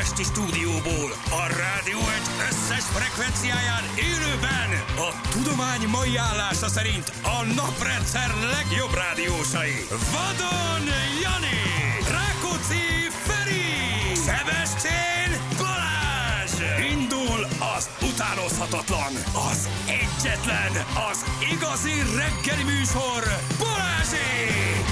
budapesti stúdióból, a rádió egy összes frekvenciáján élőben a tudomány mai állása szerint a naprendszer legjobb rádiósai. Vadon Jani, Rákóczi Feri, Szebestén Balázs. Indul az utánozhatatlan, az egyetlen, az igazi reggeli műsor, Balázsék!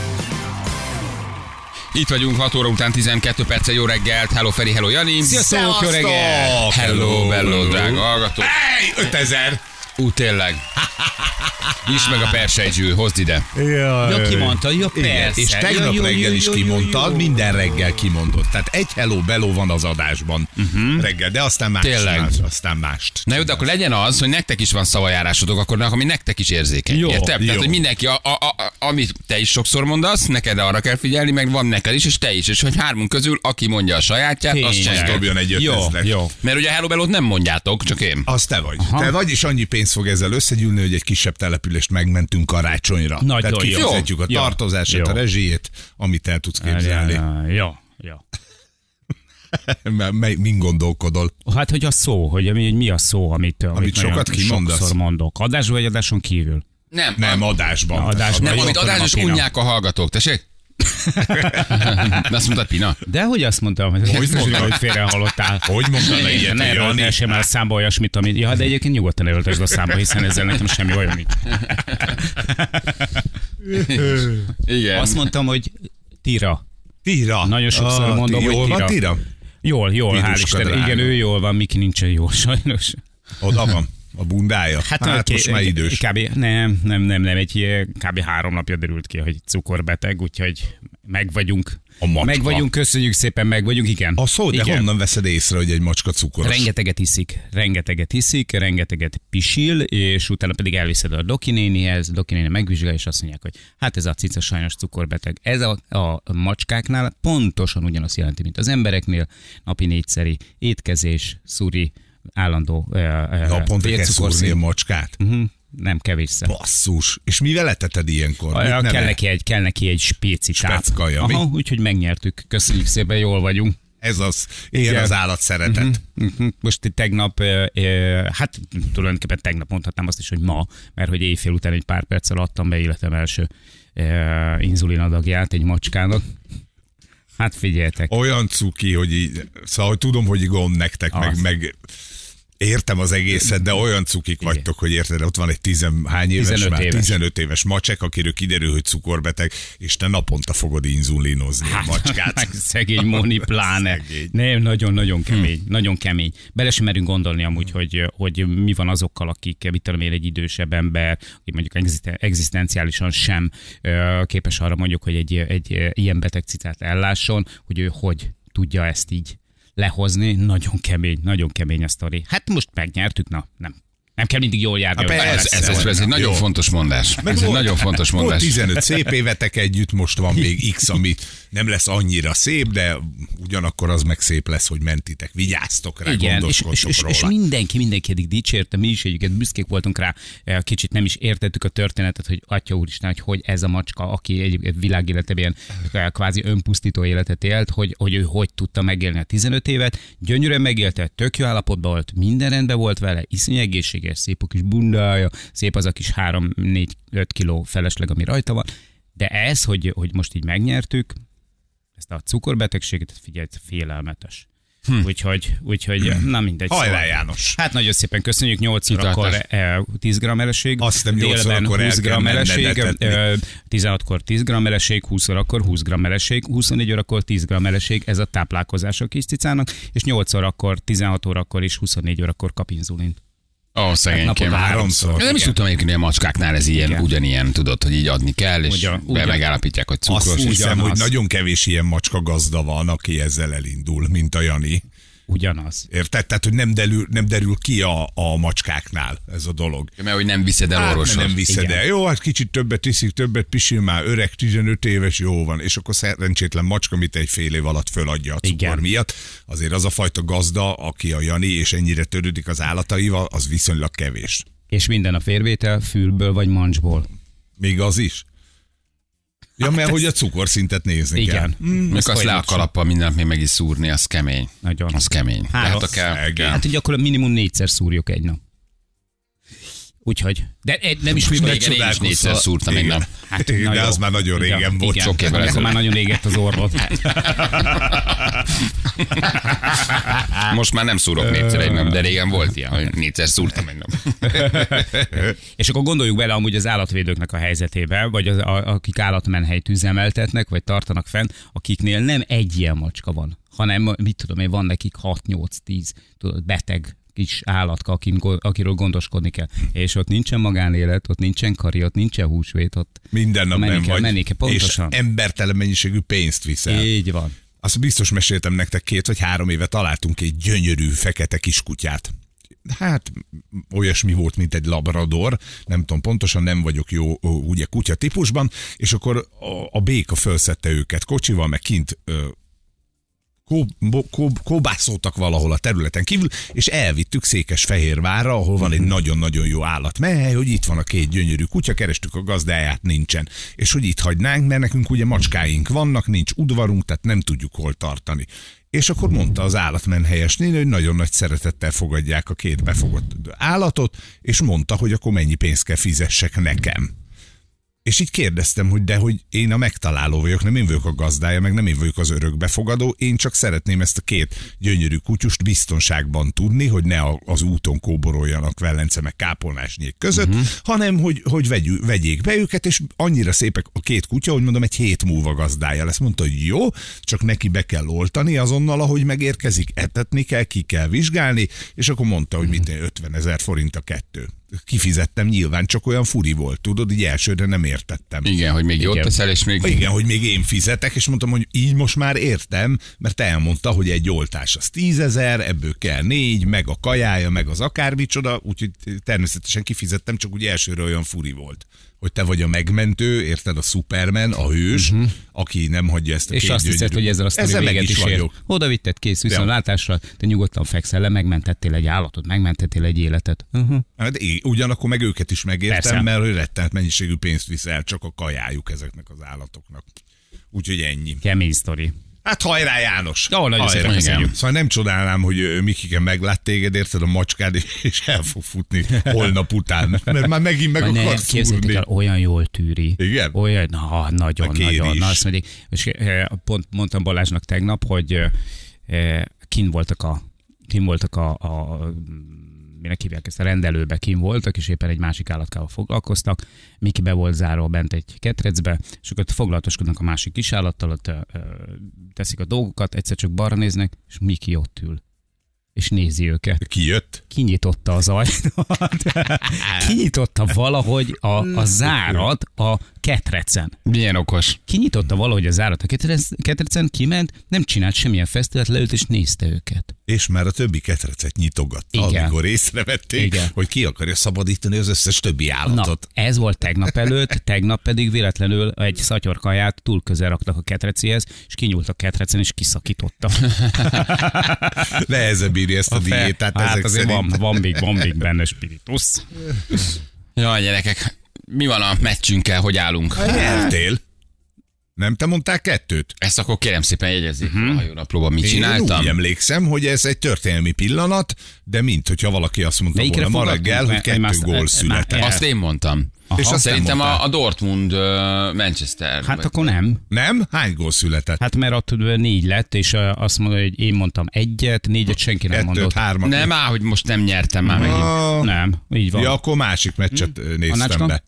Itt vagyunk 6 óra után 12 perccel, jó reggelt. Hello Feri, hello Jani. Sziasztok, jó reggelt. Hello, bello, drága hallgatók. Hey, 5000. Tényleg. Nyisd meg a persejgyűl, hozd ide. Ja, kimondta, jó persze. Igen, és tegnap reggel is kimondtad, minden reggel kimondott. Tehát egy hello bello van az adásban reggel, de aztán más. Tényleg. Aztán mást. Na jó, de akkor legyen az, hogy nektek is van szavajárásotok, akkor ami nektek is érzékeny. Jó, érted? jó. Tehát, hogy mindenki, amit te is sokszor mondasz, neked arra kell figyelni, meg van neked is, és te is. És hogy hármunk közül, aki mondja a sajátját, azt Tényleg. csinálja. Dobjon egy Jó, 5000. jó. Mert ugye a hello bellót nem mondjátok, csak én. Az te vagy. Te vagy, és annyi pénz fog ezzel összegyűlni, hogy egy kisebb települést megmentünk karácsonyra. Nagyon Tehát jó. kifizetjük a Jó. tartozását, Jó. a rezsijét, amit el tudsz képzelni. Jó. Min gondolkodol? Hát, hogy a szó, hogy mi a szó, amit sokat nagyon kimondasz? sokszor mondok. Adásban vagy adáson kívül? Nem, adásban. Adásban. Nem, Jó, amit akkor adásos nem a Pina. unják a hallgatók, tessék? De azt mondtad, Pina? De hogy azt mondtam, hogy hogy félre hallottál. Hogy mondtad le ilyet, Ne Jani? erőltessem el számba olyasmit, amit... Ja, de egyébként nyugodtan erőltesd a számba, hiszen ezzel nekem semmi olyan nincs. Igen. Azt mondtam, hogy tira. Tira. Nagyon sokszor mondom, hogy jól van tira. Tira? Jól, Piruska hál' Isten. drága. Igen, ő jól van, Miki nincsen jól, sajnos. Oda van. A bundája. Hát most már idős. Nem, egy kb. 3 napja derült ki, hogy cukorbeteg, úgyhogy meg vagyunk. A macska. Meg vagyunk, köszönjük szépen, meg vagyunk, igen. A szó, de igen. honnan veszed észre, hogy egy macska cukoros? Rengeteget iszik, rengeteget pisil, és utána pedig elviszed a Doki nénihez, Doki néni megvizsgálja, és azt mondják, hogy hát ez a cica sajnos cukorbeteg. Ez a macskáknál pontosan ugyanazt jelenti, mint az embereknél, napi 4-szeri étkezés, szuri, állandó Naponta kell szúrni a macskát? Nem kevésszer. Basszus. És mivel eteted ilyenkor? Mit neve? Kell neki egy spéci táp. Speckaja, mi? Aha, úgyhogy megnyertük. Köszönjük szépen, jól vagyunk. Ez az. Ilyen az állat szeretet. Most tegnap, hát tulajdonképpen tegnap mondhatnám azt is, hogy ma, mert hogy éjfél után egy pár perccel adtam be életem első inzulinadagját egy macskának. Hát figyeljetek. Olyan cuki, hogy így, szóval hogy tudom, hogy gond nektek, meg értem az egészet, de olyan cukik vagytok, hogy érted, ott van egy hány éves 15 már? éves. 15 éves macsek, akiről kiderül, hogy cukorbeteg, és te naponta fogod inzulinozni a macskát. Meg szegény Moni pláne. Nem, nagyon kemény, nagyon kemény. Bele sem merünk gondolni amúgy, hogy mi van azokkal, akik, mit tudom én, egy idősebb ember, aki mondjuk egzisztenciálisan sem képes arra mondjuk, hogy egy ilyen beteg cicát ellásson, hogy ő hogy tudja ezt így lehozni. Nagyon kemény a sztori. Hát most megnyertük, nem kell mindig jól járni. Ez egy nagyon fontos mondás. Ez egy nagyon fontos Volt mondás. 15 szép évetek együtt, most van még X, ami nem lesz annyira szép, de ugyanakkor az meg szép lesz, hogy mentitek, vigyáztok rá, gondoskodtok róla. És mindenki eddig dicsérte, mi is egyébként büszkék voltunk rá, kicsit nem is értettük a történetet, hogy atya úristen, hogy ez a macska, aki egyébként világéletében kvázi önpusztító életet élt, hogy ő hogy tudta megélni a 15 évet, gyönyörűen megélte, tök jó állapotban volt, minden rendben volt vele, iszonyú egészséges, szép a kis bundája, szép az a kis 3-4-5 kiló felesleg, ami rajta van, de ez, hogy most így megnyertük, ezt a cukorbetegséget, figyelj, félelmetes. Úgyhogy na mindegy. Hajrá, János! Hát nagyon szépen köszönjük, 8 órakor 10 g eleség, Azt hiszem, 8 délben órakor 20 g el kell eleség, menned 16-kor 10 g eleség, 20 órakor 20 g eleség, 24 órakor 10 g eleség, ez a táplálkozás a kis cicának, és 8 órakor, 16 órakor és 24 órakor kap inzulint. Ó, szegénykém. Naponta 3-szor. Nem is tudtam egyébként, hogy a macskáknál ez ilyen, Igen. ugyanilyen, tudod, hogy így adni kell, és Ugyan. megállapítják, hogy cukros. Azt hiszem, ugyanaz. hogy nagyon kevés ilyen macska gazda van, aki ezzel elindul, mint a Jani. Ugyanaz. Érted? Tehát, hogy nem derül ki a macskáknál ez a dolog. Mert hogy nem viszed el orvoshoz. Nem viszed Igen. el. Jó, hát kicsit többet iszik, többet pisil, már öreg, 15 éves, jó van. És akkor szerencsétlen macska, amit egy fél év alatt föladja a cukor Igen. miatt. Azért az a fajta gazda, aki a Jani, és ennyire törődik az állataival, az viszonylag kevés. És minden a férvétel fülből vagy mancsból. Még az is. Ja, mert hogy a cukorszintet nézni kell. Igen. Meg azt le a kalappal minden nap még meg is szúrni, az kemény. Nagyon. Az kemény. Láttak el? Hát gyakorlatilag minimum 4-szer szúrjuk egy nap. Úgyhogy, de nem is Régen én is 4-szer szúrtam egy nap. Hát, de az már nagyon régen volt. Igen. Sok évvel Akkor ezelőtt. már nagyon égett az orrod. Most már nem szúrok 4-szer egy nap, de régen volt ilyen, hogy 4-szer szúrtam egy nap. És akkor gondoljuk bele amúgy az állatvédőknek a helyzetébe, vagy akik állatmenhelyt üzemeltetnek, vagy tartanak fenn, akiknél nem egy ilyen macska van, hanem, mit tudom én, van nekik 6-8-10 beteg kis állatka, akiről gondoskodni kell. És ott nincsen magánélet, ott nincsen kari, ott nincsen húsvét, ott minden nap nem vagy. menni kell, pontosan. És embertelen mennyiségű pénzt viszel. Így van. Azt biztos meséltem nektek 2 vagy 3 éve találtunk egy gyönyörű fekete kiskutyát. Hát olyasmi volt, mint egy labrador, nem tudom pontosan, nem vagyok jó ugye kutya típusban, és akkor a béka fölszedte őket kocsival, meg kint kóbászoltak valahol a területen kívül, és elvittük Székesfehérvárra, ahol van egy nagyon-nagyon jó állatmenhely, hogy itt van a 2 gyönyörű kutya, kerestük a gazdáját, nincsen. És hogy itt hagynánk, mert nekünk ugye macskáink vannak, nincs udvarunk, tehát nem tudjuk hol tartani. És akkor mondta az állatmenhelyes néni, hogy nagyon nagy szeretettel fogadják a 2 befogott állatot, és mondta, hogy akkor mennyi pénzt kell fizessek nekem. És így kérdeztem, hogy de hogy én a megtaláló vagyok, nem én vagyok a gazdája, meg nem én vagyok az örökbefogadó, én csak szeretném ezt a 2 gyönyörű kutyust biztonságban tudni, hogy ne az úton kóboroljanak Velence meg Kápolnásnyék között, hanem hogy vegyék be őket, és annyira szépek a 2 kutya, hogy mondom, egy hét múlva gazdája lesz. Mondta, hogy jó, csak neki be kell oltani azonnal, ahogy megérkezik, etetni kell, ki kell vizsgálni, és akkor mondta, hogy 50 000 forint a 2. Kifizettem, nyilván csak olyan furi volt, tudod, így elsőre nem értettem. Igen, hogy még jót teszel, és még... Igen, hogy még én fizetek, és mondtam, hogy így most már értem, mert elmondta, hogy egy oltás az 10 000, ebből kell 4, meg a kajája, meg az akármicsoda, úgyhogy természetesen kifizettem, csak úgy elsőre olyan furi volt, hogy te vagy a megmentő, érted, a Superman, a hős, aki nem hagyja ezt a és 2 azt hiszed, hogy ezzel a sztori véget is ér. Oda vitted, kész, viszontlátásra, te nyugodtan fekszel le, megmentettél egy állatot, megmentettél egy életet. Hát ugyanakkor meg őket is megértem, Persze. mert hogy rettenet mennyiségű pénzt viszel csak a kajájuk ezeknek az állatoknak. Úgyhogy ennyi. Kemény sztori. Hát hajrá János! Jó, nagyon Hajrá. szépen köszönjük. Szóval nem csodálnám, hogy Mikike meglát téged, érted, a macskád, és el fog futni holnap után. Mert már megint meg Ne, akarsz képzeljétek szúrni. el, olyan jól tűri. Igen? Olyan, nagyon. is. Na, azt mondjuk, és pont mondtam Balázsnak tegnap, hogy kint voltak a minek hívják ezt, a rendelőbe kim voltak, és éppen egy másik állatkával foglalkoztak. Miki be volt zárva bent egy ketrecbe, és akkor foglalatoskodnak a másik kisállattal, ott teszik a dolgokat, egyszer csak balra néznek, és Miki ott ül. És nézi őket. Ki jött? Kinyitotta az ajtót. Kinyitotta valahogy a zárat a ketrecen. Milyen okos. Kinyitotta valahogy a zárat a ketrecen, kiment, nem csinált semmilyen fesztivált, leült és nézte őket. És már a többi ketrecet nyitogatta, Igen. amikor észrevették, Igen. hogy ki akarja szabadítani az összes többi állatot. Na, ez volt tegnap előtt, tegnap pedig véletlenül egy szatyorkaját túl közel raktak a ketrecéhez, és kinyúlt a ketrecen, és kiszakította. Nehezen bírja ezt a diétát Hát ezek azért szerint. van még benne spiritus. Jaj, gyerekek, mi van a meccsünkkel, hogy állunk? Nyertél. Nem te mondtál 2? Ezt akkor kérem szépen jegyezzék a hajónaplóban, mit Én csináltam. úgy emlékszem, hogy ez egy történelmi pillanat, de mint hogyha valaki azt mondta Melyikre volna ma fogadtunk? reggel, hogy 2 Mert- gól már- született. Azt én mondtam. És azt Szerintem nem mondtál. a Dortmund Manchester. Hát akkor nem. Nem? Hány gól született? Hát mert ott 4 lett, és azt mondja, hogy én mondtam 1-et, 4-et senki nem 2, mondott. 3. Nem áll, hogy most nem nyertem már megint. Nem, így van. Ja, akkor másik meccset néztem Annácska? be.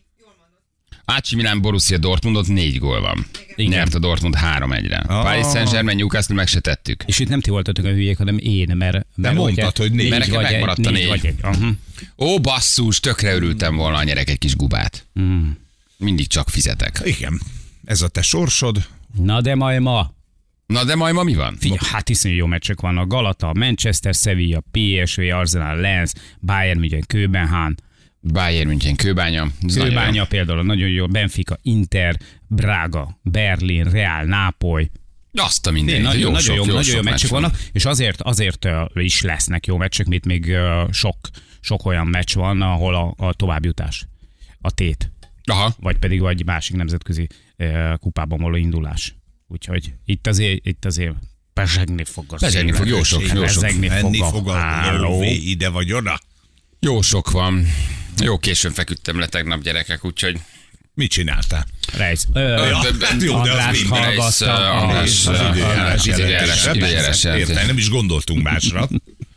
AC Milan Borussia Dortmundot 4 gól van. Igen. Nyert a Dortmund 3-1-re. Paris Saint-Germain Newcastle meg se tettük. És itt nem ti voltatok a hülyék, hanem én, mert mondtad, hogy négy. Mert nekem vagy megmaradt a 4. vagy egy. Ó, basszus, tökre örültem volna, a nyerek egy kis gubát. Mindig csak fizetek. Igen. Ez a te sorsod. Na de majd ma. Na de majd ma mi van? Figyelj, hát iszonyú jó meccsek vannak. Galata, Manchester, Sevilla, PSV, Arsenal, Lens, Bayern München, Köbenhán. Bayern München, Kőbánya. Ez nagyon Kőbánya jó. például nagyon jó. Benfica, Inter, Braga, Berlin, Real, Nápoly. Azt a mindenit. Nagyon jó meccs meccsek vannak, és azért is lesznek jó meccsek, még sok olyan meccs van, ahol a továbbjutás, a tét. Aha. vagy másik nemzetközi kupában való indulás. Úgyhogy itt azért pezsegni fog a Pezsegni fog, jó sok. Enni fog a Háló. lóvé ide vagy oda. Jó sok van. Jó későn feküdtem le tegnap, gyerekek, úgyhogy... Mit csináltál? Rejsz. Jó, de az Andrást minden. hallgattam. András időjárás. Értem, nem is gondoltunk másra.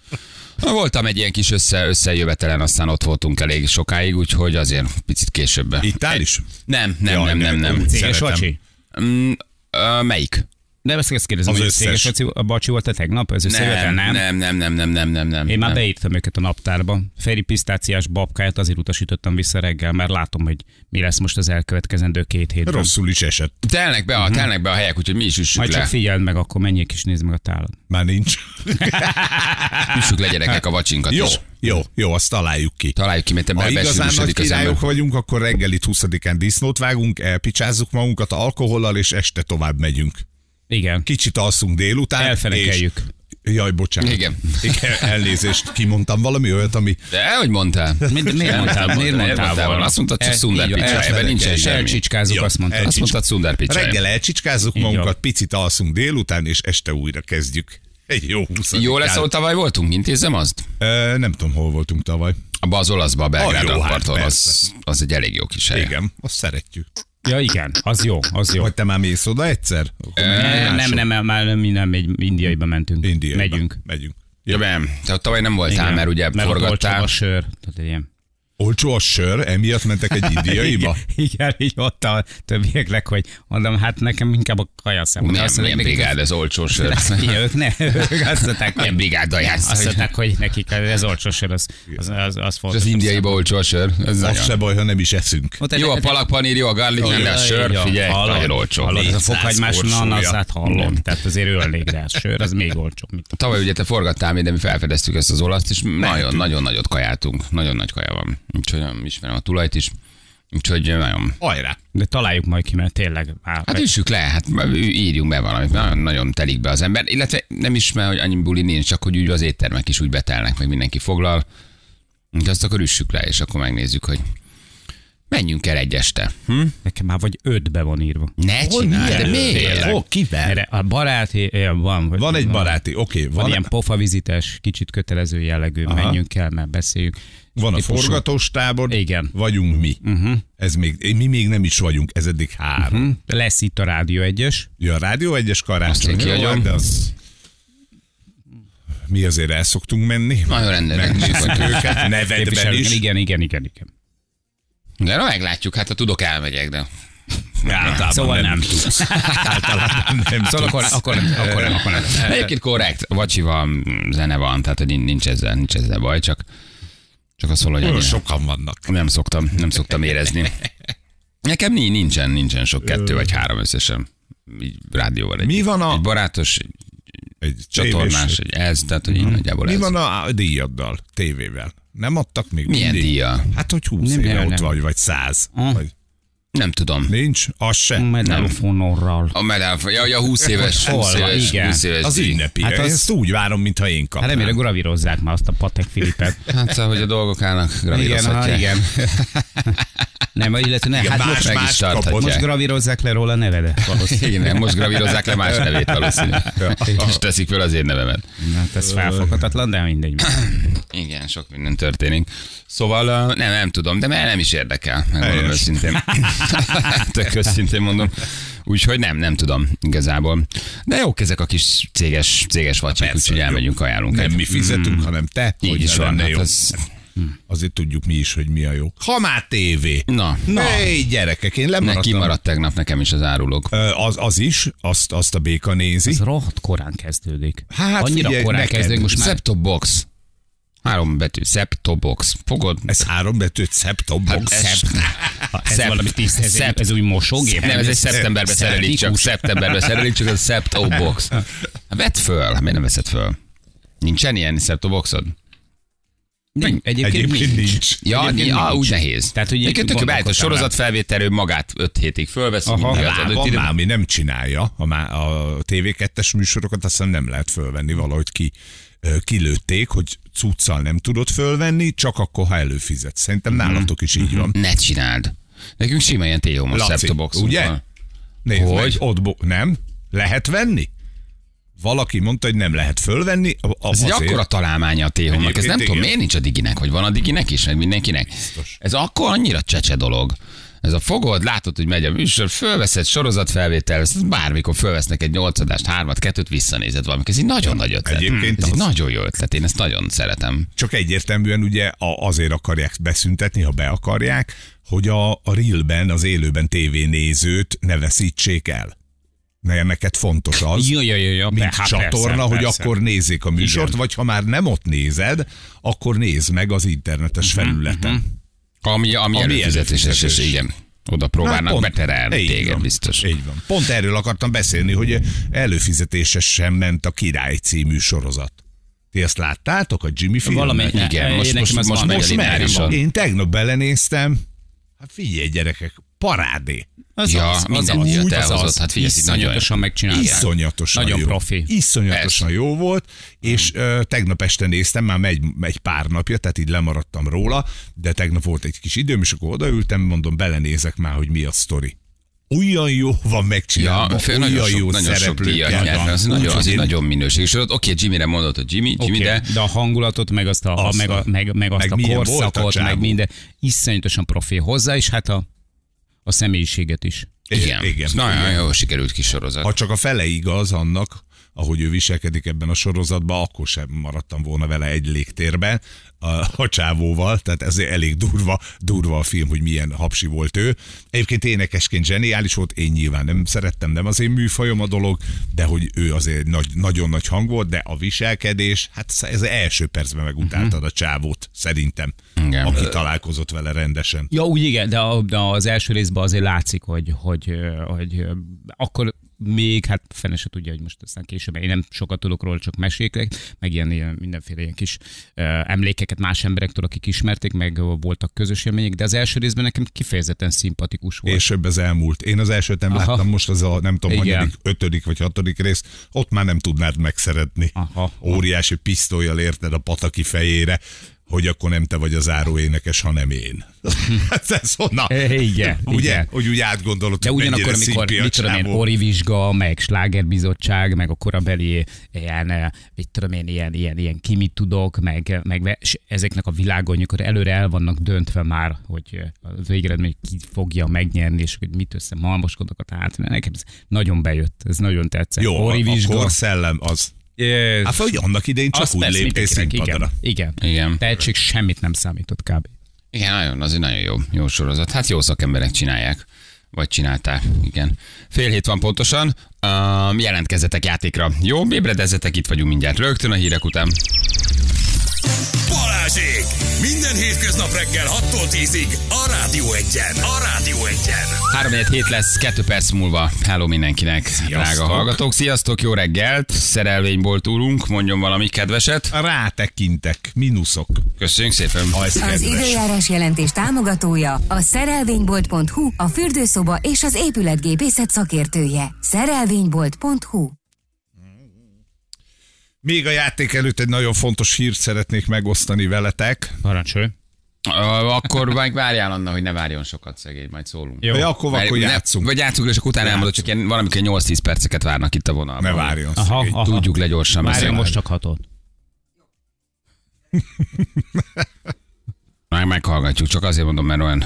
Voltam egy ilyen kis összejövetelen, aztán ott voltunk elég sokáig, úgyhogy azért picit később. Itt áll is? Nem. Céges Szeretem. vacsi? Melyik? De ezt kérdezem, Az hogy összes. céges bacsi volt-e tegnap? Ez összejövetel, nem? Én már beírtam őket a naptárba. Feri pisztáciás babkáját azért utasítottam vissza reggel, mert látom, hogy mi lesz most az elkövetkezendő 2 hétben. Rosszul is esett. Telnek be a helyek, úgyhogy mi is üssük Majd csak le. figyeld meg, akkor menjék és nézd meg a tálat. Már nincs. Üssük le, gyerekek, a vacsinkat Jó, is. jó, azt találjuk ki. Találjuk ki, mert te Ha igazán nagy besűrűsödik az ember. királyok vagyunk, akkor reggelit 20-án disznót vágunk, elpicsázzuk magunkat alkohollal, és este tovább megyünk. Igen. Kicsit alszunk délután. Elfenekeljük. Jaj, bocsánat. Igen. Elnézést, kimondtam valami olyat, ami... De hogy mondtál? Miért mondtál volna? Azt mondtad, csak Sundar Így van, Pichai, ebben nincsen semmi. elcsicskázunk, Jó, azt mondta. Azt mondtad Sundar Pichai. Reggel elcsicskázzuk Így magunkat, van. picit alszunk délután, és este újra kezdjük. Egy jó 20. Jó lesz, ahol tavaly voltunk, intézzem azt? Nem tudom, hol voltunk tavaly. Abba az olaszba, a Belgrád jó, hát rakparton, persze. az egy elég jó kis hely. Igen, azt szeretjük. Ja, igen, az jó. Vagy te már mész oda egyszer? Akkor menjünk máshol. Nem, már mi nem, indiaiba mentünk. Indiaiba. Megyünk. Ja, nem, te ott tavaly nem voltál, Igen. mert ugye mert ott olcsóbb forgattál. a sör. Tehát ilyen. Olcsó a sör, emiatt mentek egy indiaiba? Igen, így ott a többieknek, hogy mondom, hát nekem inkább a kaja szem. Milyen brigád, ez olcsó sör. Ők azt mondták, Milyen brigáddal jársz? azt mondták, hogy nekik ez olcsó sör, az És fontos. az indiaiba olcsó a sör. Ez Az nagyon. se baj, ha nem is eszünk. Jó a palakpanír, jó a garlic, nem a sör, figyelj, nagyon olcsó. Hallod, ez a 400 fokhagymás korsója. ananaszát hallom. Tehát azért ő elég rá. A sör, az még olcsóbb. Mint Tavaly ugye te forgattál még, de mi felfedeztük ezt az olaszt, és nagyon nagyot kajáltunk. Nagyon nagy kaja van. Úgyhogy ismerem a tulajt is. Úgyhogy nagyon... Hajrá! de találjuk majd ki, mert tényleg. Hát üssük le, hát írjunk be valamit, nagyon telik be az ember, illetve nem is, mert hogy annyi buli nincs, csak hogy úgy az éttermek is úgy betelnek, meg mindenki foglal. Úgyhogy azt akkor üssük le, és akkor megnézzük, hogy menjünk el egy este. Nekem már vagy 5-be van írva. Ne csinálj, de miért? Kivel? Erre a baráti, Van egy baráti, oké. Van ilyen pofavizites, kicsit kötelező jellegű, menjünk el, mert beszéljük. Van a Típusú. forgatós tábor, Igen. vagyunk mi. Ez mi még nem is vagyunk, ez eddig 3. Lesz itt a Rádió 1-es. Ja, a Rádió 1-es karácsony, Azt én kiadom. jó, de az... Mi azért el szoktunk menni. Nagyon rendelek. Megnézzük őket, nevedben Képviselők. is. Igen. De na, meglátjuk, hát ha tudok, elmegyek, de... Általában Szóval nem. Általában nem Szóval tudsz. akkor nem. Egyébként korrekt, vacsi van, zene van, tehát hogy nincs ezzel baj, csak az szól, hogy Olyan ennyire. sokan vannak. Nem szoktam érezni. Nekem nincsen sok, 2 vagy 3 összesen. Így rádióval. Mi van a- Egy barátos, Egy csatornás, egy ez, tehát hogy így nagyjából Mi ez. van a díjaddal, tévével? Nem adtak még Milyen mindig? díja? Hát, hogy 20 Nem, éve nem. ott vagy 100. Vagy Nem tudom. nincs? Az se. Medelfonorral. A medál, ja, 20 éves, Hol 20 van? éves, Igen. 20 éves Az díj. ünnepi. Hát Hát az- ezt úgy várom, mintha én Hát kapnám. remélem gravírozzák már azt a Patek Filipet. Hát szóval, hogy a dolgok állnak, Igen, gravírozhatják. igen. Nem, illetve ne, Igen, hát más meg is tarthatják. kapott. most gravírozzák le róla a nevedet. Valószínűleg. Igen, most gravírozzák le más nevét valószínű. És teszik föl az én nevemet. Hát ez felfoghatatlan, de mindegy. Igen, sok minden történik. Szóval nem tudom, de nem is érdekel, megmondom Helyes. őszintén. Tök őszintén mondom. Úgyhogy nem tudom igazából. De jók ezek a kis céges vacsik, persze, úgyhogy jó. elmegyünk, ajánlunk. Nem egy. mi fizetünk, hanem te. Így hogy is ne van. lenne Hát jó. az... Azért tudjuk mi is, hogy mi a jó. Ha már tévé. Na, Hey, gyerekek, én lemaradtam. kimaradt tegnap nekem is az árulók. Az is, azt a béka nézi. Ez rohadt korán kezdődik. Hát Annyira figyelj, korán neked. kezdődik, most már Set-top box. 3 betű, set-top box. Fogod? Ez 3 betűt, set-top box. ez- ez Szep- valami tiszthez, Szep- ez új mosógép. Nem, ez egy szeptemberbe szerelik, csak szeptemberbe szerelik, csak az set-top box. Vedd föl, miért nem veszed föl? Nincsen ilyen set-top boxod? Egyébként nincs. Ja, Egyébként nincs. úgy nehéz. Tehát, hogy Egyébként tök beállít a gondolkodtam sorozatfelvételről magát 5 hétig fölveszi. Aha. Van már, ami nem csinálja, a TV2-es műsorokat, azt hiszem nem lehet fölvenni, valahogy kilőtték, hogy cuccal nem tudod fölvenni, csak akkor, ha előfizetsz. Szerintem nálatok is így van. Ne csináld. Nekünk sima ilyen T-Homos Laci, Septoboxunk ugye? van. Nézd Hogy? meg, ott nem? Lehet venni? Valaki mondta, hogy nem lehet fölvenni. Ez egy akkora találmánya a T-Homnak, ez Egyébként nem tudom, igen. miért nincs a Diginek, vagy van a Diginek is, meg mindenkinek. Biztos. Ez akkor annyira csecse dolog. Ez a fogod, látod, hogy megy a műsor, fölveszed sorozatfelvétel, bármikor fölvesznek egy 8 adást, 3-at, 2-t, visszanézed valamit. Ez egy nagyon nagy ötlet. Egyébként Ez egy az. nagyon jó ötlet, én ezt nagyon szeretem. Csak egyértelműen ugye azért akarják beszüntetni, ha be akarják, hogy a Reelben, az élőben tévénézőt ne veszítsék el. Neked fontos az, Ja, mint csatorna, hogy akkor nézzék a műsort, Igen. vagy ha már nem ott nézed, akkor nézd meg az internetes felületen. Ami előfizetéses, és előfizetés. igen. Oda próbálnak pont- beterelni így téged, van, biztos. Így van. Pont erről akartam beszélni, hogy előfizetéses sem ment a Király című sorozat. Ti ezt láttátok, a Jimmy filmet? Valamelyik- Igen, most nekem az van, megy a most lineárison. Én tegnap belenéztem, hát figyelj gyerekek, parádé. Ja, minden díjat elhozott, hát figyelj, itt nagyon jó. Iszonyatosan megcsinálják. Iszonyatosan Nagyon jó. profi. Iszonyatosan jó volt, és tegnap este néztem, már megy pár napja, tehát így lemaradtam róla, de tegnap volt egy kis időm, és akkor odaültem, mondom, belenézek már, hogy mi a sztori. Olyan jó van megcsinálva, Ja, nagyon olyan jó sok díjat szereplőkkel nyert, van. az Úgyhogy egy én- nagyon minőséges. Oké, Jimmyre mondod, hogy Jimmy, Oké, de de a hangulatot, meg azt a, Azt meg a- meg azt meg a milyen volt a korszakot, csávó. meg minden, iszonyatosan profi hozzá, és hát a személyiséget is. igen, igen. nagyon jó sikerült kis sorozat. Ha csak a fele igaz annak, ahogy ő viselkedik ebben a sorozatban, akkor sem maradtam volna vele egy légtérben a csávóval, tehát ezért elég durva a film, hogy milyen hapsi volt ő. Egyébként énekesként zseniális volt, én nyilván nem szerettem, nem az én műfajom a dolog, de hogy ő azért nagyon nagy hang volt, de a viselkedés, hát ez első percben megutáltad a csávót, szerintem, Igen. aki találkozott vele rendesen. Ja, úgy igen, de az első részben azért látszik, hogy akkor még, hát fene se tudja, hogy most aztán később, én nem sokat tudok róla, csak meséklek, meg ilyen mindenféle ilyen kis emlékeket más emberektől, akik ismerték, meg voltak közös élmények, de az első részben nekem kifejezetten szimpatikus volt. Később ez elmúlt. Én az elsőt nem Aha. láttam, most az a nem tudom, Igen. hanyadik, 5. vagy 6. rész, ott már nem tudnád megszeretni. Aha. Óriási pisztollyal érted a pataki fejére, hogy akkor nem te vagy az záróénekes, hanem én. Hát ez honnan? Igen, Ugye? igen. Hogy úgy átgondolod, De hogy ugyanakkor, mennyire amikor, szimpi a mit tudom én, csávó. Orivizsga, meg Slágerbizottság, meg a korabeli ilyen, mit tudom én, ilyen ki mit tudok, meg és ezeknek a világon, amikor előre el vannak döntve már, hogy az végeredmény ki fogja megnyerni, és hogy mit összemalmoskodok a tehát. Nekem ez nagyon bejött, ez nagyon tetszett. Jó, a Orivizsga. korszellem az. Hát hogy annak idején csak azt úgy persze léptél mindenkinek, színpadra. igen. Igen. Tehetség semmit nem számított kb. Igen, az egy nagyon jó sorozat. Hát jó szakemberek csinálják. Vagy csinálták, igen. 6:30 van pontosan. Jelentkezzetek játékra. Jó, ébredezzetek, itt vagyunk mindjárt rögtön a hírek után. Balázsék! Minden hétköznap reggel 6-tól 10-ig a Rádió 1-en. A Rádió 1-en. 3-7 lesz, 2 perc múlva. Hello mindenkinek, drága hallgatók. Sziasztok, jó reggelt. Szerelvényból túlunk, mondjon valami kedveset. Rátekintek, mínuszok. Köszönjük szépen. Ha ez Az kedves. időjárás jelentés támogatója a szerelvénybolt.hu, a fürdőszoba és az épületgépészet szakértője. Szerelvénybolt.hu. Még a játék előtt egy nagyon fontos hírt szeretnék megosztani veletek. Parancsolj. Akkor meg várjál, Anna, hogy ne várjon sokat, szegény, majd szólunk. Jó. Ja, akkor játszunk. Vagy játszunk, és akkor utána elmondod, csak ilyen valamikor 8-10 perceket várnak itt a vonalban. Ne várjon. Aha. Tudjuk le gyorsan Várjon beszélni. most csak 6-ot. Meghallgatjuk, csak azért mondom, mert olyan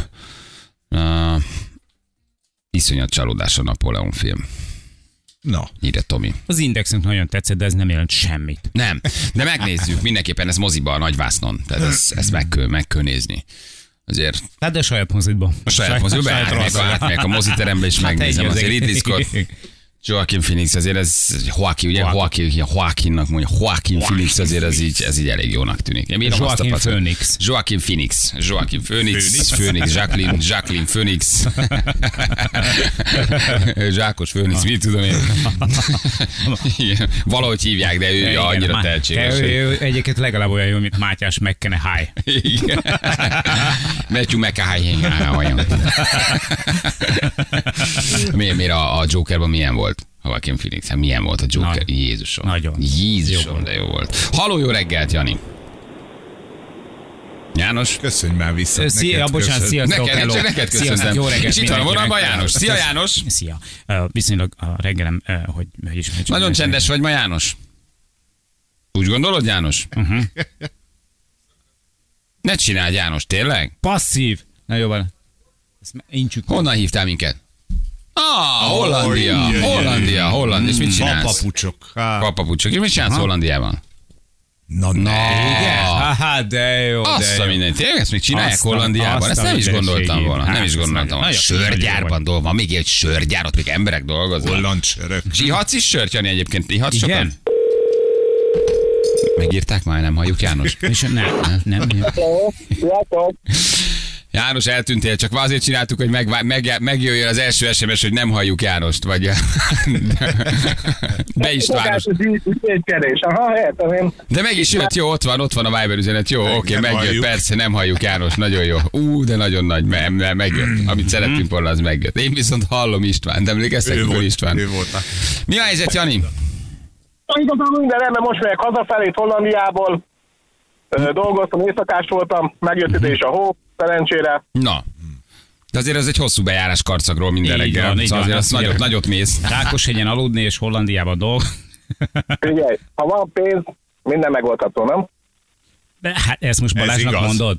iszonyat csalódás a Napóleon film. Na, Írja Tomi. Az Indexnek nagyon tetszett, de ez nem jelent semmit. Nem, de megnézzük mindenképpen, ez moziba a nagyvásznon. Tehát ezt meg kell nézni. Azért Hát de saját mozitban. a saját moziba átmegyek a moziterembe, és megnézem. Azért Ridley Scott, Joaquin Phoenix, azért ez Joaquin, ugye Joaquinnak mondja, Joaquin Phoenix, azért ez így elég jónak tűnik. Én bírom azt a Joaquin pacot. Phoenix. Joaquin Phoenix, Jacqueline Phoenix. Zsákos Phoenix, mit tudom én. Igen, valahogy hívják, de ő annyira tehetséges. Ő egyébként legalább olyan jó, mint Mátyás McConaughey. Igen. Matthew McConaughey. Miért a Jokerban milyen volt? Joaquin Phoenix, hát milyen volt a Joker? Nagy. Jézusom. Nagyon. Jézusom, de jó volt. Halló, jó reggelt, Jani. János. Köszönj már vissza. Szia, bocsánat, köszönöm. sziasztok, Neked, hello. csak neked Sziasztok, köszönöm. jó reggelt És itt van a vonalban mindenkinek. János. Szia János. Szia. Viszonylag a reggelem, hogy is Nagyon csendes vagy ma János. Úgy gondolod János? Ne csináld János, tényleg? Passzív. Na jó van. Ezt incsük. Honnan hívtál minket? Hollandia. És mit csinálsz? Papapucsok. Papapucsok. És mit csinálsz Hollandiában? Na, Igen? Haha, de jó, Azt a mindent. Tényleg ezt még csinálják Hollandiában? Ezt nem is gondoltam volna. Nem is gondoltam volna. Sörgyárban dolgozom. Még egy sörgyár, ott még emberek dolgoznak. Holland sörök. És ihatsz is sört, Jani, egyébként? Ihatsz sokan? Igen? Megírták már, nem halljuk János? És nem. János, eltűntél, csak azért csináltuk, hogy megjöjjön az első SMS, hogy nem halljuk Jánost, vagy Be Istvános. Aha, értem én. De meg is jött, jó, ott van a Viber üzenet, jó, oké, megjött, halljuk. persze, nem halljuk János, nagyon jó. De nagyon nagy, megjött. Amit szerettünk volna, az megjött. Én viszont hallom István, de emlékeztek, hogy István. Ő volt. Mi a helyzet, Jani? Igazából minden rendben, most megyek hazafelé Hollandiából. Dolgoztam, éjszakás voltam, megjött ide is a hó, szerencsére. Na. De azért ez egy hosszú bejárás Karcagról minden Így reggel. van, így Szóval van, azért azt az nagyot mész. Rákoshegyen aludni és Hollandiában dolg. Figyelj, ha van pénz, minden megoldható, nem? De hát ezt most Balázsnak igaz. mondod?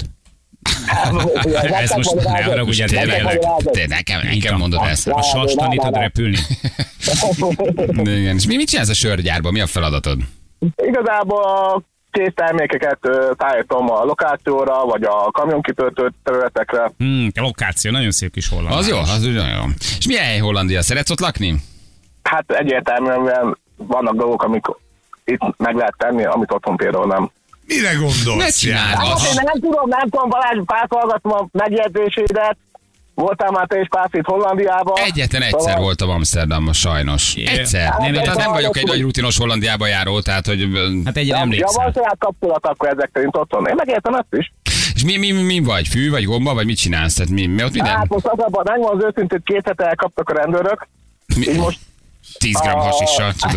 Ez most ne haragudjál, Nekem mondod ezt. A sas tanítod repülni. Igen. És mit csinálsz a sörgyárban? Mi a feladatod? Igazából a kész termékeket szállítom a lokációra, vagy a kamionkitöltő területekre. A lokáció, nagyon szép kis Holland. Az jó, az ugyan jó. És milyen hely Hollandia? Szeretsz ott lakni? Hát egyértelműen vannak dolgok, amik itt meg lehet tenni, amit otthon például nem. Mire Ne gondolsz? csináld Hát azt. én nem tudom, Balázs, hallgatom a megjegyzésédet. Voltál már te is pár itt Hollandiában. Egyetlen egyszer voltam Amsterdamban, sajnos. Egyszer. Tehát nem vagyok egy nagy rutinos Hollandiába járó, tehát hogy... Hát egy Ja, emlékszem. van saját kapcsolat akkor ezek szerint otthon. Én megértem ezt is. És mi vagy? Fű vagy gomba, vagy mit csinálsz? Tehát mi ott minden? Hát most az abban megvan az őszintét, 2 hete elkaptak a rendőrök. Így most 10 gram hasissal, tudod.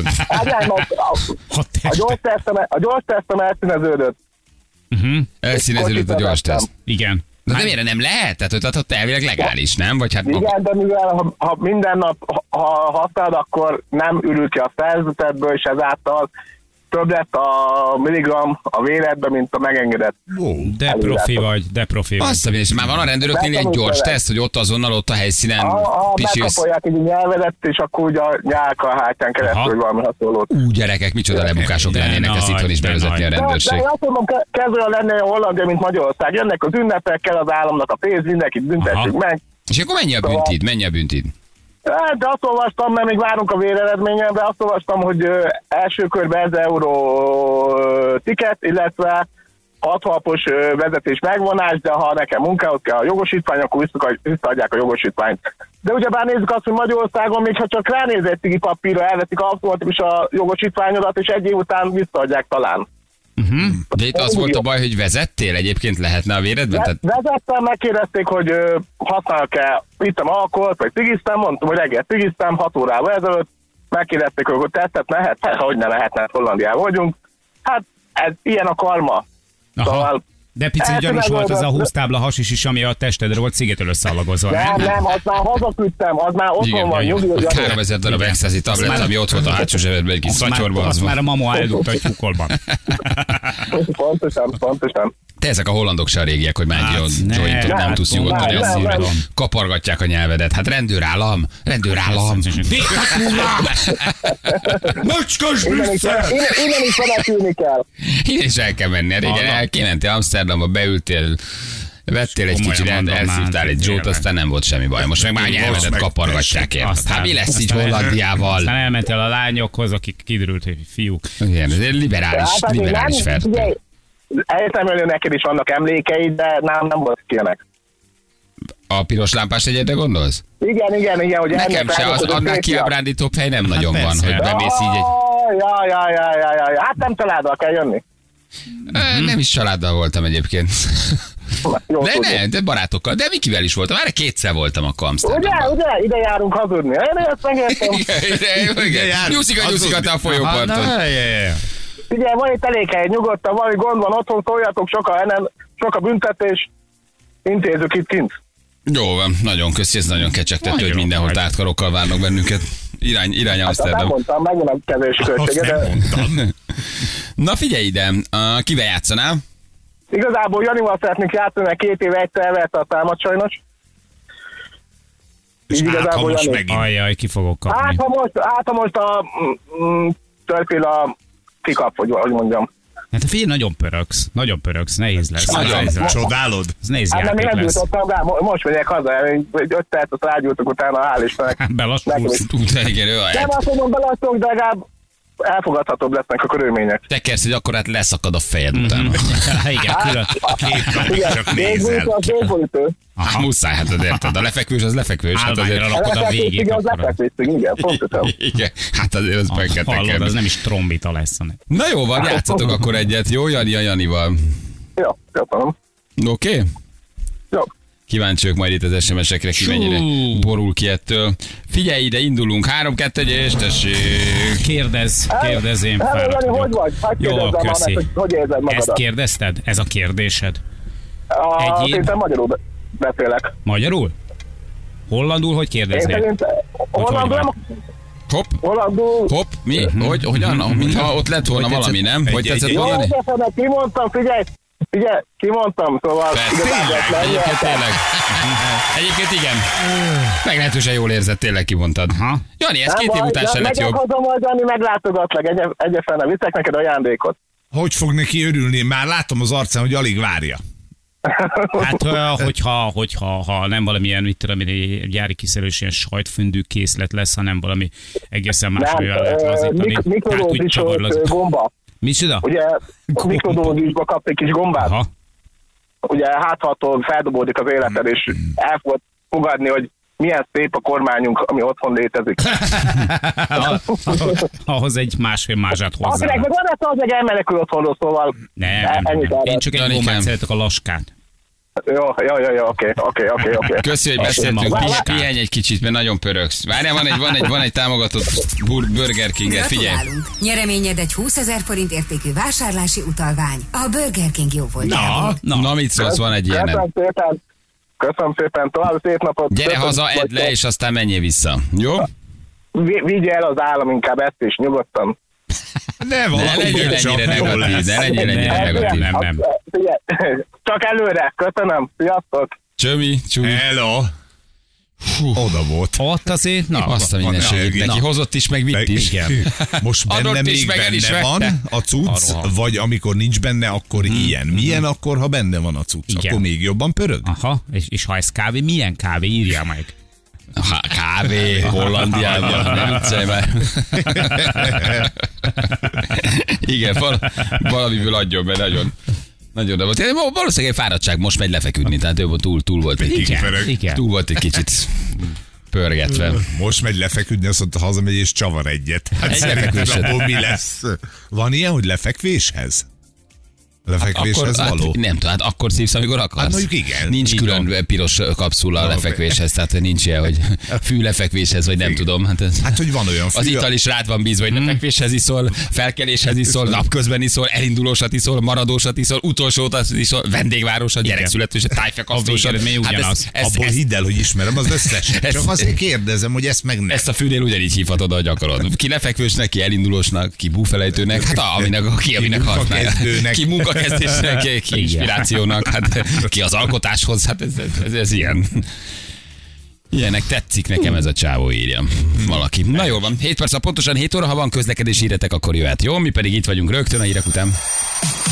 a gyors tesztem elszíneződött. Elszíneződött a gyors teszt. Igen. De nem érre, nem lehet? Tehát hogy ott elvileg legális, nem? Vagy hát... Igen, de mivel ha minden nap használod, akkor nem ürül ki a szervezetedből, és ezáltal több lett a milligram a véredben, mint a megengedett. De profi vagy. Azt a és már van a rendőröknél egy gyors teszt, hogy ott azonnal ott a helyszínen pisilsz. Megkapolják egy nyelvedet, és akkor ugye a nyálka a hátján keresztül valami hasonlót. Gyerekek, micsoda lebukások De lennének ezt itthon is de bevezetni a nagy. rendőrség. De én azt mondom, kezd olyan lenni a Hollandia, mint Magyarország. Jönnek az ünnepek, kell az államnak a pénz, mindenkit büntessük meg. És akkor mennyi a büntid? Hát, de azt olvastam, mert még várunk a véreredményen, de azt olvastam, hogy első körben 1000 euró tiket, illetve 6 hónapos vezetés megvonás, de ha nekem munkához kell a jogosítvány, akkor visszaadják a jogosítványt. De ugyebár nézzük azt, hogy Magyarországon, még ha csak ránéz egy cigi papírra, elveszik automatikus a jogosítványodat, és egy év után visszaadják talán. De itt az volt a baj, hogy vezettél, egyébként lehetne a véredben? Tehát... Vezettem, megkérdezték, hogy használok-e, vittem alkoholt, vagy cigiztem, mondtam, hogy reggel cigiztem, 6 órával ezelőtt, megkérdezték, hogy tesztet lehet, hogy ne lehetne, Hollandiában vagyunk. Hát ez ilyen a karma. Szóval, de picit gyanús volt az a 20 tábla hasis is, ami a testedre volt szigetől összealagozva. Nem, az már hazaküldtem, az már otthon van, nyugi. 3000 darab ecstasy tablet, ami ott volt a hátsó zsebedben, egy kis szatyorban. Azt már a mama eldugta egy kukolban. Pontosan. Te ezek a hollandok se a régiek, hogy már egy olyan jointot nem tudsz nyugodtan a szívre. Kapargatják a nyelvedet. Hát rendőrállam. Macskas Brüsszel! Innen is menekülni kell. Én is el kell menni. Régen elkémentél Amsterdamba, beültél, vettél egy kicsit, elszívtál egy jót, aztán nem volt semmi baj. Most meg már nyelvedet kapargatják érted. Hát mi lesz így Hollandiával? Aztán elmentél a lányokhoz, akik kiderült, hogy fiúk. Igen, ez egy liberális fertő. Elhiszem, hogy neked is vannak emlékeid, de nem volt ilyenek. A piros lámpás egyedre gondolsz? Igen, hogy nekem se, az annál kiábrándítóbb hely nem nagyon van, hogy bemész így egy... Ja, hát nem családdal kell jönni. Nem is családdal voltam egyébként. De barátokkal. De Mikivel is voltam. Már 2-szer voltam a Amsterdamban. Ugye, ide járunk hazudni. Én ezt megértem. Igen. Nyuszika te a folyóparton. Ugye, van itt elég hely, nyugodtan, valami gond van otthon, szóljatok sokan, nem sok a büntetés, intézők itt kint. Jó van, nagyon köszi, ez nagyon kecsegtető, hogy mindenhol tártkarokkal várnak bennünket. Irány Hát nem Amsterdam. mondtam, megvan a kevés Azt költsége, nem de mondtam. Na figyelj ide, kivel játszanál? igazából Janival szeretnék játszani, mert 2 éve egyszer elverte a támad sajnos. És Így hát, ha igazából most Jani. megint. Ajjaj, ki fogok kapni. Hát ha most a törpél kikap, hogy mondjam. Hát figyelj, nagyon pöröksz, nehéz lesz. Nagyon. Nehéz lesz. Csodálod? Ez nehéz Hát nem, én játék nem lesz. jutottam rá, most megyek haza, egy 5 percet rágyújtok utána, hál' Istennek. Belassulsz. Igen, jó, Nem azt mondom, belasztok, de legalább elfogadhatóbb lesznek a körülmények. tekersz, hogy akkor hát leszakad a fejed utána. Igen, külön. Két nap Igen, csak nézel. az végbolítő. Hát muszáj, hát az érted. A lefekvős az lefekvős. Hát azért, Állványra rakod a végét. Igen, az akkor. lefekvés, igen, pontosan. igen, hát azért az meg kell Hallod, tekerni. az nem is trombita lesz. Hanem. Na jó van, játszatok akkor egyet. Jó, Jani a Janival. Jó, köszönöm. Oké? Jó. Kíváncsi vagyok majd itt az SMS-ekre, ki mennyire borul ki ettől. Figyelj ide, indulunk. 3, 2, 1, és tessék. Kérdezz, én Hello, fáradt Jani, hogy vagyok. vagy? Hadd Jó, kérdezzem, köszi. hogy érzed Ezt magadat? kérdezted? Ez a kérdésed? Egyéb? Szerintem magyarul beszélek. Magyarul? Hollandul hogy Én kérdeznél? szerintem hollandul, van? Hopp, hollandul. hopp, mi? Hogyan? Mintha ott lett volna Hogy valami, tetszett? nem? Hogy tetszett Jó, mondani? egyébként kimondtam, figyelj, kimondtam, szóval Persze, igazából Egyébként tényleg. Egyébként igen. Meglehetősen jól érzed, tényleg kimondtad. Aha. Jani, ez 2 év után se lett jobb. Meghozom majd, Jani, meglátogatlak, egyébként viszek neked ajándékot. Hogy fog neki örülni? Már látom az arcán, hogy alig várja. Hát, hogyha nem valamilyen, mit tudom, egy gyári kiszerelős ilyen sajtfündő készlet lesz, hanem valami egészen más Nem, olyan lehet lazítani. Tehát úgy mikrodózisos csavarlaz. gomba. Micsoda? Ugye mikrodózisba kapsz egy kis gombát. Aha. Ugye háthattól feldobódik az életed, és el fogod fogadni, hogy milyen szép a kormányunk, ami otthon létezik. Ahhoz egy másfél mázsát hozzá. Akinek meg van ezt, az meg elmenekül otthonról, szóval Nem. Én csak egy Janikám. gombát szeretek, a laskát. Jó, oké. Köszi, hogy Azt beszéltünk. nem a- Pihenj egy kicsit, mert nagyon pöröksz. Várjál, van egy támogatott Burger King-et, figyelj. Gratulálunk! Nyereményed egy 20 000 forint értékű vásárlási utalvány a Burger King jó voltából. Na, mit szólsz, van egy ilyen. Köszönöm szépen, további szép napot. Gyere Köszönöm, haza, edd le, és aztán menjél vissza. Jó? Vigye el az állam inkább ezt is, nyugodtan. Ne Ne legyél ennyire negatív, ne legyél ennyire negatív. Nem. Figyelj, csak előre, köszönöm, sziasztok! Csömi, csúmi. Hello. Oda volt. Ott azért, na. Azt a minden segít. Neki hozott is, meg vitt is. Igen. Most benne Adott is, még meg el is benne vette. van a cucc, Arról. vagy amikor nincs benne, akkor ilyen. Milyen akkor, ha benne van a cucc? Igen. Akkor még jobban pörög? Aha, és ha ez kávé, milyen kávé? Írja meg. Kávé, Hollandiában, nem viccelj már. Igen, valamiből adjon be, nagyon. Nagyon volt. Valószínűleg egy fáradtság most megy lefeküdni, tehát ő túl volt egy kicsit. Igen. Túl volt egy kicsit pörgetve. Most megy lefeküdni, azt mondta, hazamegy és csavar egyet. Hát Egy szerinted lefekvésed. abból mi lesz? Van ilyen, hogy lefekvéshez? Lefekvéshez való? Hát, nem tudom, hát akkor szívsz, amikor akarsz. Hát mondjuk igen. Nincs Így külön piros kapszula a lefekvéshez, tehát nincs ilyen, hogy fű lefekvéshez, vagy nem tudom. Hát, hogy van olyan Az fű, ital is rád van bízva, hogy lefekvéshez iszol, felkeléshez iszol, napközben iszol, elindulósat iszol, maradósat iszol, utolsót iszol, vendégvárosat, gyerekszületősat, tájfekasztósat. A végeredmény ugyanaz. abból hidd el, hogy ismerem az összeset. Csak azért kérdezem, hogy ezt meg nem. Ezt a fűnél ugyanígy hívhatod, ahogy akarod. Ki lefekvősnek, ki elindulósnak, ki búfelejtőnek, hát aminek használja. munkakezdőnek. Ki munkakezdésnek, ki inspirációnak, hát ki az alkotáshoz, hát ez ilyen. Ilyenek tetszik nekem ez a csávó, írja valaki. Na jó van, 7 perc, pontosan 7 óra, ha van közlekedési híretek, akkor jöhet. Jó, mi pedig itt vagyunk rögtön a hírek után.